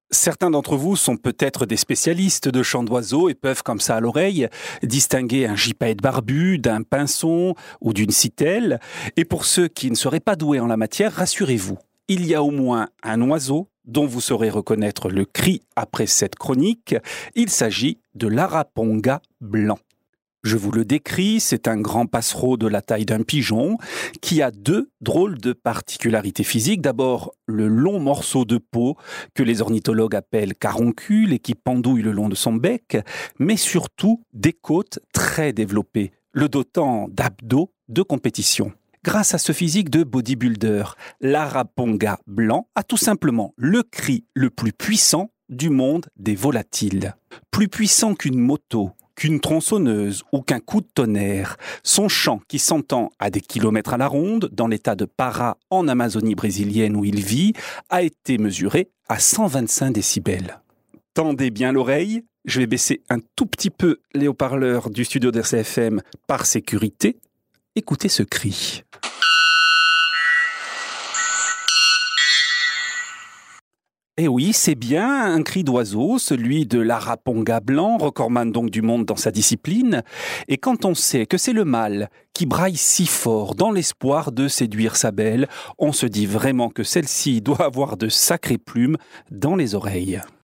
Certains d'entre vous sont peut-être des spécialistes de chants d'oiseaux et peuvent, comme ça à l'oreille, distinguer un gypaète barbu d'un pinson ou d'une citelle. Et pour ceux qui ne seraient pas doués en la matière, rassurez-vous, il y a au moins un oiseau dont vous saurez reconnaître le cri après cette chronique. Il s'agit de l'araponga blanc. Je vous le décris, c'est un grand passereau de la taille d'un pigeon qui a deux drôles de particularités physiques. D'abord, le long morceau de peau que les ornithologues appellent caroncule et qui pendouille le long de son bec, mais surtout des côtes très développées, le dotant d'abdos de compétition. Grâce à ce physique de bodybuilder, l'araponga blanc a tout simplement le cri le plus puissant du monde des volatiles. Plus puissant qu'une moto, qu'une tronçonneuse ou qu'un coup de tonnerre. Son chant, qui s'entend à des kilomètres à la ronde, dans l'état de Pará, en Amazonie brésilienne où il vit, a été mesuré à 125 décibels. Tendez bien l'oreille, je vais baisser un tout petit peu les haut-parleurs du studio d'RCFM par sécurité. Écoutez ce cri. Eh oui, c'est bien un cri d'oiseau, celui de l'araponga blanc, recordman donc du monde dans sa discipline. Et quand on sait que c'est le mâle qui braille si fort dans l'espoir de séduire sa belle, on se dit vraiment que celle-ci doit avoir de sacrées plumes dans les oreilles.